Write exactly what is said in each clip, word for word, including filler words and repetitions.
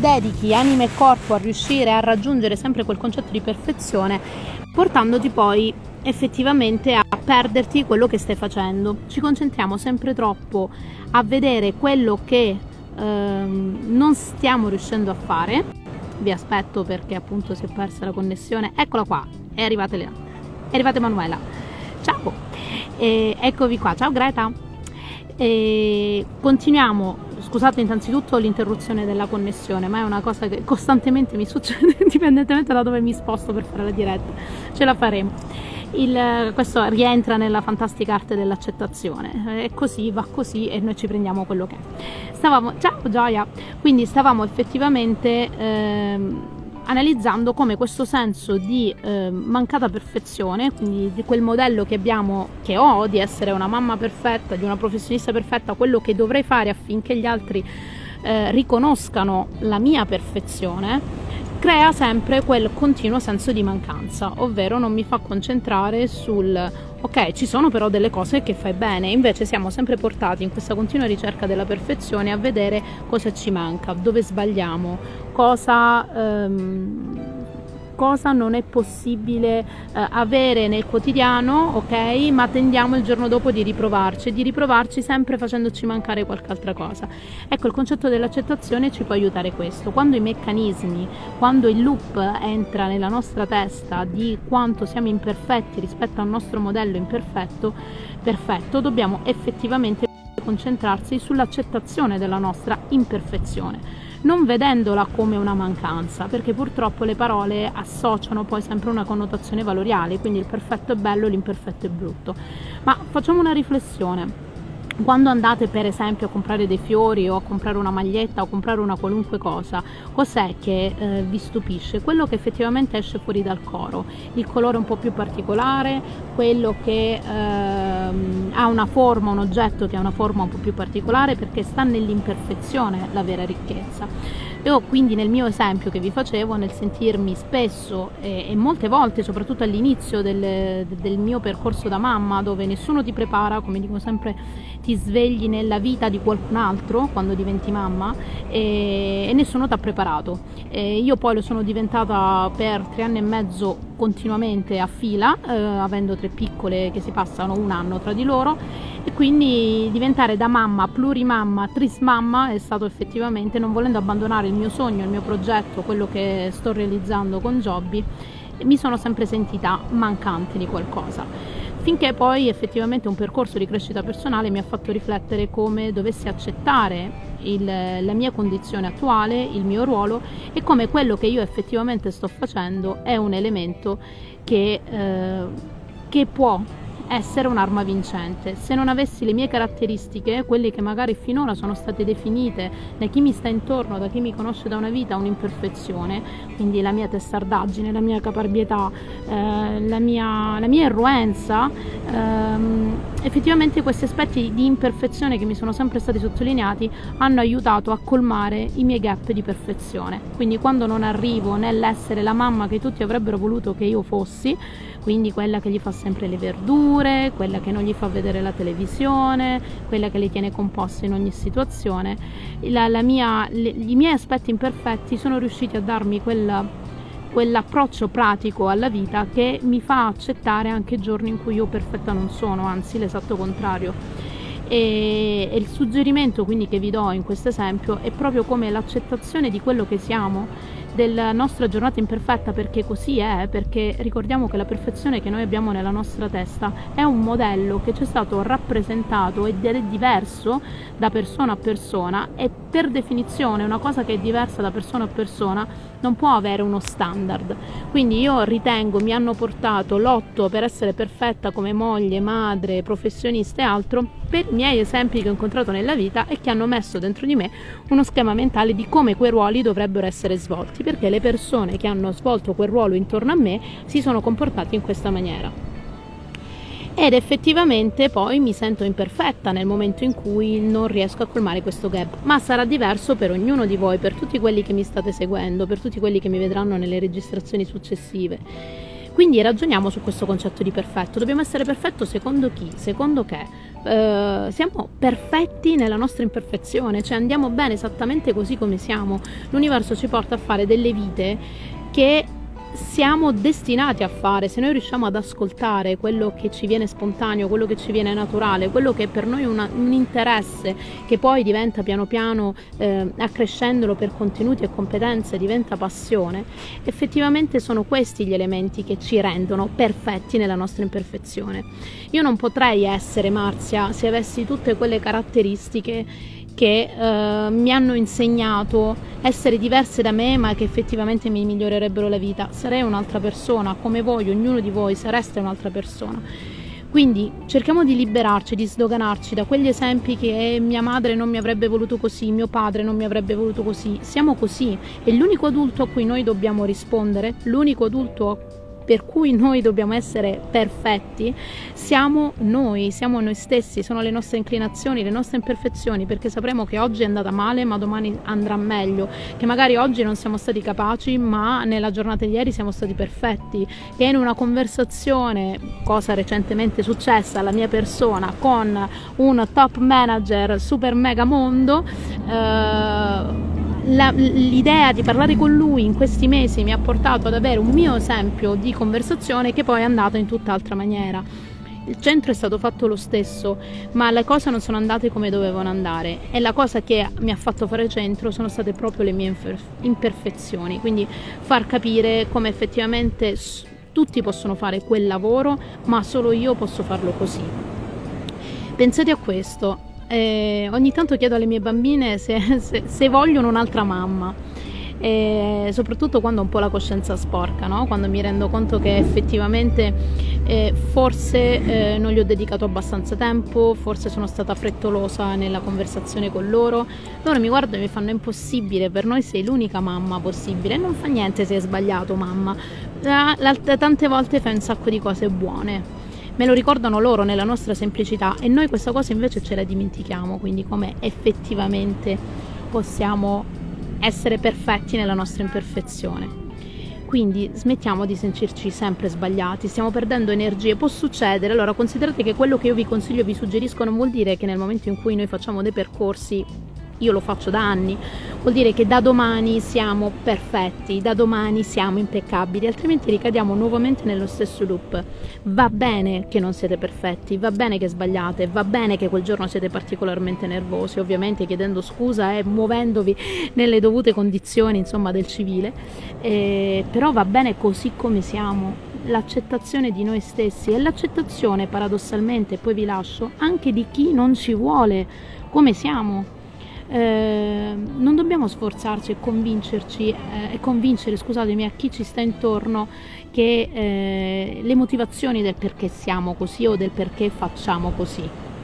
dedichi anima e corpo a riuscire a raggiungere sempre quel concetto di perfezione, portandoti poi effettivamente a perderti quello che stai facendo. Ci concentriamo sempre troppo a vedere quello che ehm, non stiamo riuscendo a fare. Vi aspetto perché appunto si è persa la connessione. Eccola qua, è arrivata Elena, è arrivata Emanuela. Ciao, e eccovi qua, ciao Greta. E continuiamo. Scusate innanzitutto l'interruzione della connessione, ma è una cosa che costantemente mi succede indipendentemente da dove mi sposto per fare la diretta. Ce la faremo. Il, questo rientra nella fantastica arte dell'accettazione, è così, va così e noi ci prendiamo quello che è. Stavamo, ciao Gioia, quindi stavamo effettivamente ehm, analizzando come questo senso di eh, mancata perfezione, quindi di quel modello che abbiamo, che ho, di essere una mamma perfetta, di una professionista perfetta, quello che dovrei fare affinché gli altri eh, riconoscano la mia perfezione, crea sempre quel continuo senso di mancanza, ovvero non mi fa concentrare sul ok, ci sono però delle cose che fai bene, invece siamo sempre portati in questa continua ricerca della perfezione a vedere cosa ci manca, dove sbagliamo, cosa, ehm, cosa non è possibile eh, avere nel quotidiano, ok, ma tendiamo il giorno dopo di riprovarci e di riprovarci sempre facendoci mancare qualche altra cosa. Ecco, il concetto dell'accettazione ci può aiutare questo. Quando i meccanismi, quando il loop entra nella nostra testa di quanto siamo imperfetti rispetto al nostro modello imperfetto, perfetto, dobbiamo effettivamente concentrarsi sull'accettazione della nostra imperfezione, non vedendola come una mancanza, perché purtroppo le parole associano poi sempre una connotazione valoriale, quindi il perfetto è bello, l'imperfetto è brutto. Ma facciamo una riflessione. Quando andate per esempio a comprare dei fiori o a comprare una maglietta o a comprare una qualunque cosa, cos'è che eh, vi stupisce? Quello che effettivamente esce fuori dal coro, il colore un po' più particolare, quello che ehm, ha una forma, un oggetto che ha una forma un po' più particolare, perché sta nell'imperfezione la vera ricchezza. Io quindi nel mio esempio che vi facevo, nel sentirmi spesso e, e molte volte, soprattutto all'inizio del, del mio percorso da mamma, dove nessuno ti prepara, come dico sempre, ti svegli nella vita di qualcun altro quando diventi mamma e, e nessuno ti ha preparato. E io poi lo sono diventata per tre anni e mezzo continuamente a fila, eh, avendo tre piccole che si passano un anno tra di loro, e quindi diventare da mamma, plurimamma, trismamma è stato effettivamente, non volendo abbandonare il mio sogno, il mio progetto, quello che sto realizzando con Giobbi, mi sono sempre sentita mancante di qualcosa, finché poi effettivamente un percorso di crescita personale mi ha fatto riflettere come dovessi accettare il, la mia condizione attuale, il mio ruolo, e come quello che io effettivamente sto facendo è un elemento che, eh, che può essere un'arma vincente. Se non avessi le mie caratteristiche, quelle che magari finora sono state definite da chi mi sta intorno, da chi mi conosce da una vita, un'imperfezione, quindi la mia testardaggine, la mia caparbietà, eh, la, mia, la mia irruenza, ehm, effettivamente questi aspetti di imperfezione che mi sono sempre stati sottolineati hanno aiutato a colmare i miei gap di perfezione. Quindi quando non arrivo nell'essere la mamma che tutti avrebbero voluto che io fossi, quindi quella che gli fa sempre le verdure, quella che non gli fa vedere la televisione, quella che li tiene composte in ogni situazione, la, la mia, le, i miei aspetti imperfetti sono riusciti a darmi quella, quell'approccio pratico alla vita che mi fa accettare anche giorni in cui io perfetta non sono, anzi l'esatto contrario. E, e il suggerimento quindi che vi do in questo esempio è proprio come l'accettazione di quello che siamo, della nostra giornata imperfetta, perché così è, perché ricordiamo che la perfezione che noi abbiamo nella nostra testa è un modello che ci è stato rappresentato ed è diverso da persona a persona, e per definizione una cosa che è diversa da persona a persona non può avere uno standard. Quindi io ritengo mi hanno portato l'otto per essere perfetta come moglie, madre, professionista e altro per i miei esempi che ho incontrato nella vita e che hanno messo dentro di me uno schema mentale di come quei ruoli dovrebbero essere svolti, perché le persone che hanno svolto quel ruolo intorno a me si sono comportate in questa maniera. Ed effettivamente poi mi sento imperfetta nel momento in cui non riesco a colmare questo gap, ma sarà diverso per ognuno di voi, per tutti quelli che mi state seguendo, per tutti quelli che mi vedranno nelle registrazioni successive. Quindi ragioniamo su questo concetto di perfetto. Dobbiamo essere perfetto secondo chi? Secondo che? Uh, siamo perfetti nella nostra imperfezione, cioè andiamo bene esattamente così come siamo. L'universo ci porta a fare delle vite che siamo destinati a fare, se noi riusciamo ad ascoltare quello che ci viene spontaneo, quello che ci viene naturale, quello che per noi è una, un interesse che poi diventa piano piano, eh, accrescendolo per contenuti e competenze, diventa passione. Effettivamente sono questi gli elementi che ci rendono perfetti nella nostra imperfezione. Io non potrei essere Marzia se avessi tutte quelle caratteristiche che eh, mi hanno insegnato essere diverse da me, ma che effettivamente mi migliorerebbero la vita. Sarei un'altra persona, come voi, ognuno di voi sareste un'altra persona. Quindi cerchiamo di liberarci, di sdoganarci da quegli esempi che mia madre non mi avrebbe voluto così, mio padre non mi avrebbe voluto così. Siamo così, e l'unico adulto a cui noi dobbiamo rispondere, l'unico adulto per cui noi dobbiamo essere perfetti, siamo noi, siamo noi stessi, sono le nostre inclinazioni, le nostre imperfezioni, perché sapremo che oggi è andata male ma domani andrà meglio, che magari oggi non siamo stati capaci ma nella giornata di ieri siamo stati perfetti, che in una conversazione, cosa recentemente successa alla mia persona, con un top manager super mega mondo, eh, l'idea di parlare con lui in questi mesi mi ha portato ad avere un mio esempio di conversazione che poi è andata in tutt'altra maniera. Il centro è stato fatto lo stesso, ma le cose non sono andate come dovevano andare, e la cosa che mi ha fatto fare centro sono state proprio le mie imperfezioni, quindi far capire come effettivamente tutti possono fare quel lavoro, ma solo io posso farlo così. Pensate a questo. Eh, ogni tanto chiedo alle mie bambine se, se, se vogliono un'altra mamma, eh, soprattutto quando ho un po' la coscienza sporca, no? Quando mi rendo conto che effettivamente eh, forse eh, non gli ho dedicato abbastanza tempo, forse sono stata frettolosa nella conversazione con loro. Loro mi guardano e mi fanno: è impossibile, per noi sei l'unica mamma possibile. Non fa niente se hai sbagliato, mamma, la, la, tante volte fai un sacco di cose buone. Me lo ricordano loro nella nostra semplicità, e noi questa cosa invece ce la dimentichiamo, quindi come effettivamente possiamo essere perfetti nella nostra imperfezione. Quindi smettiamo di sentirci sempre sbagliati, stiamo perdendo energie, può succedere. Allora considerate che quello che io vi consiglio e vi suggerisco non vuol dire che nel momento in cui noi facciamo dei percorsi, io lo faccio da anni, vuol dire che da domani siamo perfetti, da domani siamo impeccabili, altrimenti ricadiamo nuovamente nello stesso loop. Va bene che non siete perfetti, va bene che sbagliate, va bene che quel giorno siete particolarmente nervosi, ovviamente chiedendo scusa e muovendovi nelle dovute condizioni, insomma, del civile, eh, però va bene così come siamo. L'accettazione di noi stessi e l'accettazione, paradossalmente, poi vi lascio, anche di chi non ci vuole come siamo. Eh, non dobbiamo sforzarci e convincerci eh, e convincere, scusatemi, a chi ci sta intorno che eh, le motivazioni del perché siamo così o del perché facciamo così.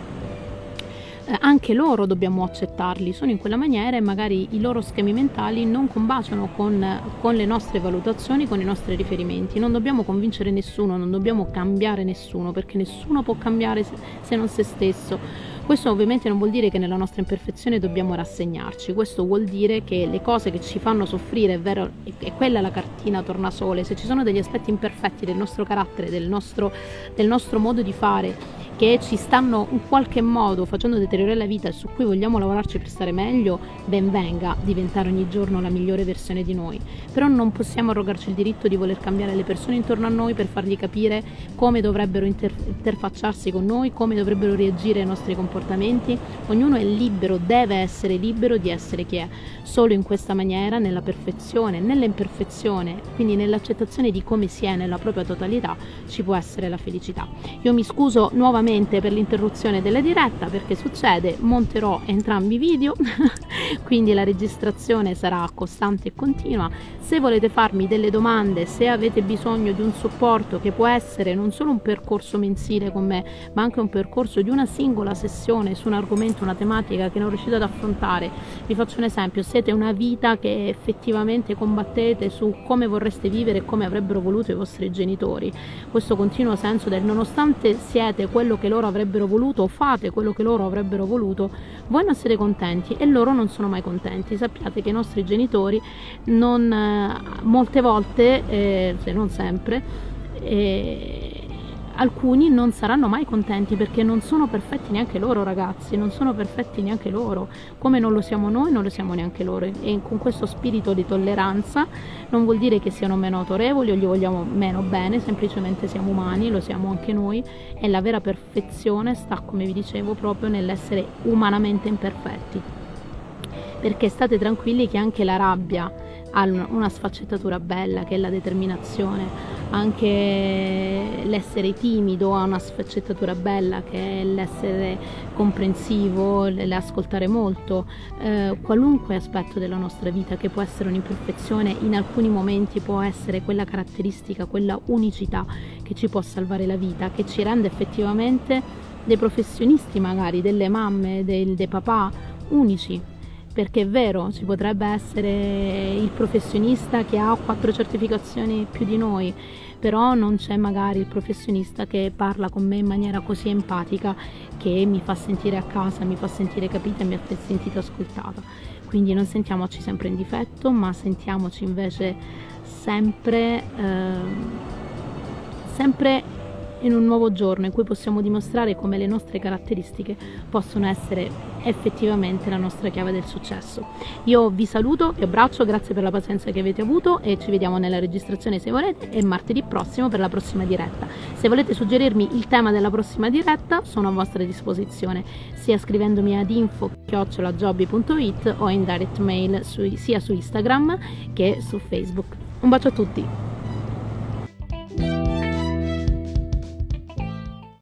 Eh, anche loro dobbiamo accettarli, sono in quella maniera e magari i loro schemi mentali non combaciano con, con le nostre valutazioni, con i nostri riferimenti. Non dobbiamo convincere nessuno, non dobbiamo cambiare nessuno, perché nessuno può cambiare se, se non se stesso. Questo ovviamente non vuol dire che nella nostra imperfezione dobbiamo rassegnarci, questo vuol dire che le cose che ci fanno soffrire, è vero, è quella la cartina tornasole. Se ci sono degli aspetti imperfetti del nostro carattere, del nostro, del nostro modo di fare, che ci stanno in qualche modo facendo deteriorare la vita e su cui vogliamo lavorarci per stare meglio, ben venga diventare ogni giorno la migliore versione di noi. Però non possiamo arrogarci il diritto di voler cambiare le persone intorno a noi per fargli capire come dovrebbero inter- interfacciarsi con noi, come dovrebbero reagire ai nostri comportamenti. Ognuno è libero, deve essere libero di essere chi è. Solo in questa maniera, nella perfezione, nell'imperfezione, quindi nell'accettazione di come si è nella propria totalità, ci può essere la felicità. Io mi scuso nuovamente per l'interruzione della diretta, perché succede, monterò entrambi i video quindi la registrazione sarà costante e continua. Se volete farmi delle domande, se avete bisogno di un supporto che può essere non solo un percorso mensile con me, ma anche un percorso di una singola sessione su un argomento, una tematica che non riuscite ad affrontare, vi faccio un esempio: siete una vita che effettivamente combattete su come vorreste vivere e come avrebbero voluto i vostri genitori, questo continuo senso del nonostante siete quello che loro avrebbero voluto o fate quello che loro avrebbero voluto, voi non siete contenti e loro non sono mai contenti. Sappiate che i nostri genitori non, molte volte, eh, se non sempre, e alcuni non saranno mai contenti perché non sono perfetti neanche loro, ragazzi, non sono perfetti neanche loro, come non lo siamo noi, non lo siamo neanche loro, e con questo spirito di tolleranza non vuol dire che siano meno autorevoli o gli vogliamo meno bene, semplicemente siamo umani, lo siamo anche noi, e la vera perfezione sta, come vi dicevo, proprio nell'essere umanamente imperfetti, perché state tranquilli che anche la rabbia ha una sfaccettatura bella, che è la determinazione, anche l'essere timido ha una sfaccettatura bella, che è l'essere comprensivo, l'ascoltare molto, eh, qualunque aspetto della nostra vita che può essere un'imperfezione, in alcuni momenti può essere quella caratteristica, quella unicità che ci può salvare la vita, che ci rende effettivamente dei professionisti, magari delle mamme, dei, dei papà unici. Perché è vero, ci potrebbe essere il professionista che ha quattro certificazioni più di noi, però non c'è magari il professionista che parla con me in maniera così empatica, che mi fa sentire a casa, mi fa sentire capita e mi fa sentire ascoltata. Quindi non sentiamoci sempre in difetto, ma sentiamoci invece sempre, eh, sempre in un nuovo giorno in cui possiamo dimostrare come le nostre caratteristiche possono essere effettivamente la nostra chiave del successo. Io vi saluto, vi abbraccio, grazie per la pazienza che avete avuto e ci vediamo nella registrazione se volete, e martedì prossimo per la prossima diretta. Se volete suggerirmi il tema della prossima diretta sono a vostra disposizione, sia scrivendomi ad info chiocciola jobby punto it o in direct mail su, sia su Instagram che su Facebook. Un bacio a tutti!